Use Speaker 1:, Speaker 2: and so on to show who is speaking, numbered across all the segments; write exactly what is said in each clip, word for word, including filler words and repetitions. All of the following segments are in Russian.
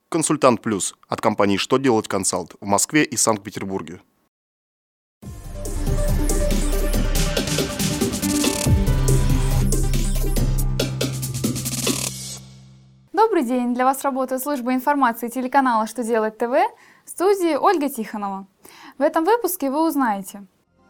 Speaker 1: Консультант Плюс от компании «Что делать консалт» в Москве и Санкт-Петербурге.
Speaker 2: Добрый день! Для вас работает служба информации телеканала «Что делать ТВ», в студии Ольга Тихонова. В этом выпуске вы узнаете,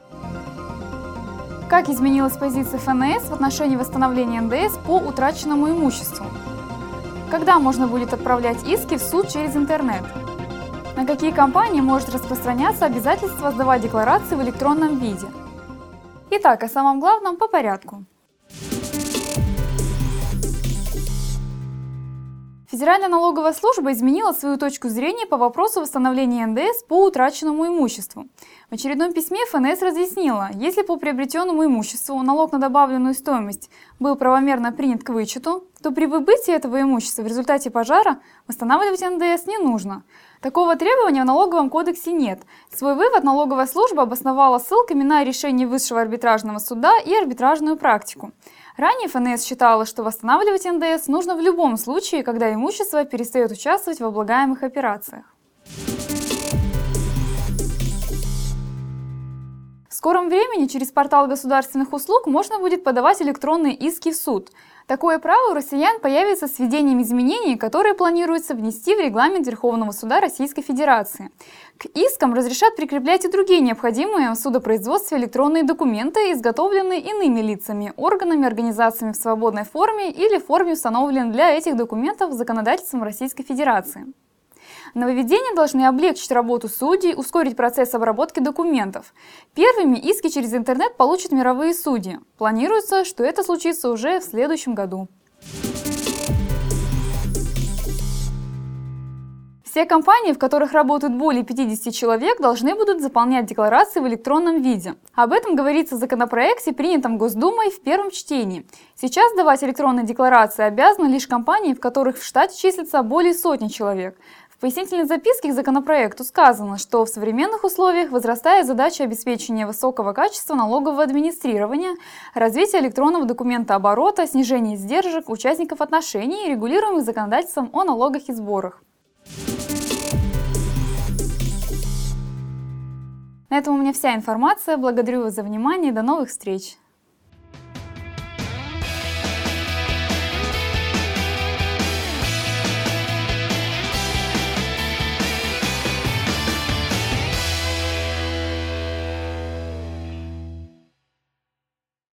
Speaker 2: как изменилась позиция эф эн эс в отношении восстановления эн дэ эс по утраченному имуществу, когда можно будет отправлять иски в суд через интернет, на какие компании может распространяться обязательство сдавать декларации в электронном виде. Итак, о самом главном по порядку. Федеральная налоговая служба изменила свою точку зрения по вопросу восстановления эн дэ эс по утраченному имуществу. В очередном письме эф эн эс разъяснила, если по приобретенному имуществу налог на добавленную стоимость был правомерно принят к вычету, то при выбытии этого имущества в результате пожара восстанавливать эн дэ эс не нужно. Такого требования в налоговом кодексе нет. Свой вывод налоговая служба обосновала ссылками на решение Высшего арбитражного суда и арбитражную практику. Ранее эф эн эс считала, что восстанавливать эн дэ эс нужно в любом случае, когда имущество перестает участвовать в облагаемых операциях. В скором времени через портал государственных услуг можно будет подавать электронные иски в суд. Такое право у россиян появится с введением изменений, которые планируется внести в регламент Верховного суда Российской Федерации. К искам разрешат прикреплять и другие необходимые в судопроизводстве электронные документы, изготовленные иными лицами, органами, организациями в свободной форме или в форме, установленной для этих документов законодательством Российской Федерации. Нововведения должны облегчить работу судей, ускорить процесс обработки документов. Первыми иски через интернет получат мировые судьи. Планируется, что это случится уже в следующем году. Все компании, в которых работают более пятидесяти человек, должны будут заполнять декларации в электронном виде. Об этом говорится в законопроекте, принятом Госдумой в первом чтении. Сейчас давать электронные декларации обязаны лишь компании, в которых в штате числится более сотни человек. В пояснительной записке к законопроекту сказано, что в современных условиях возрастает задача обеспечения высокого качества налогового администрирования, развития электронного документооборота, снижения издержек участников отношений, регулируемых законодательством о налогах и сборах. На этом у меня вся информация. Благодарю вас за внимание и до новых встреч!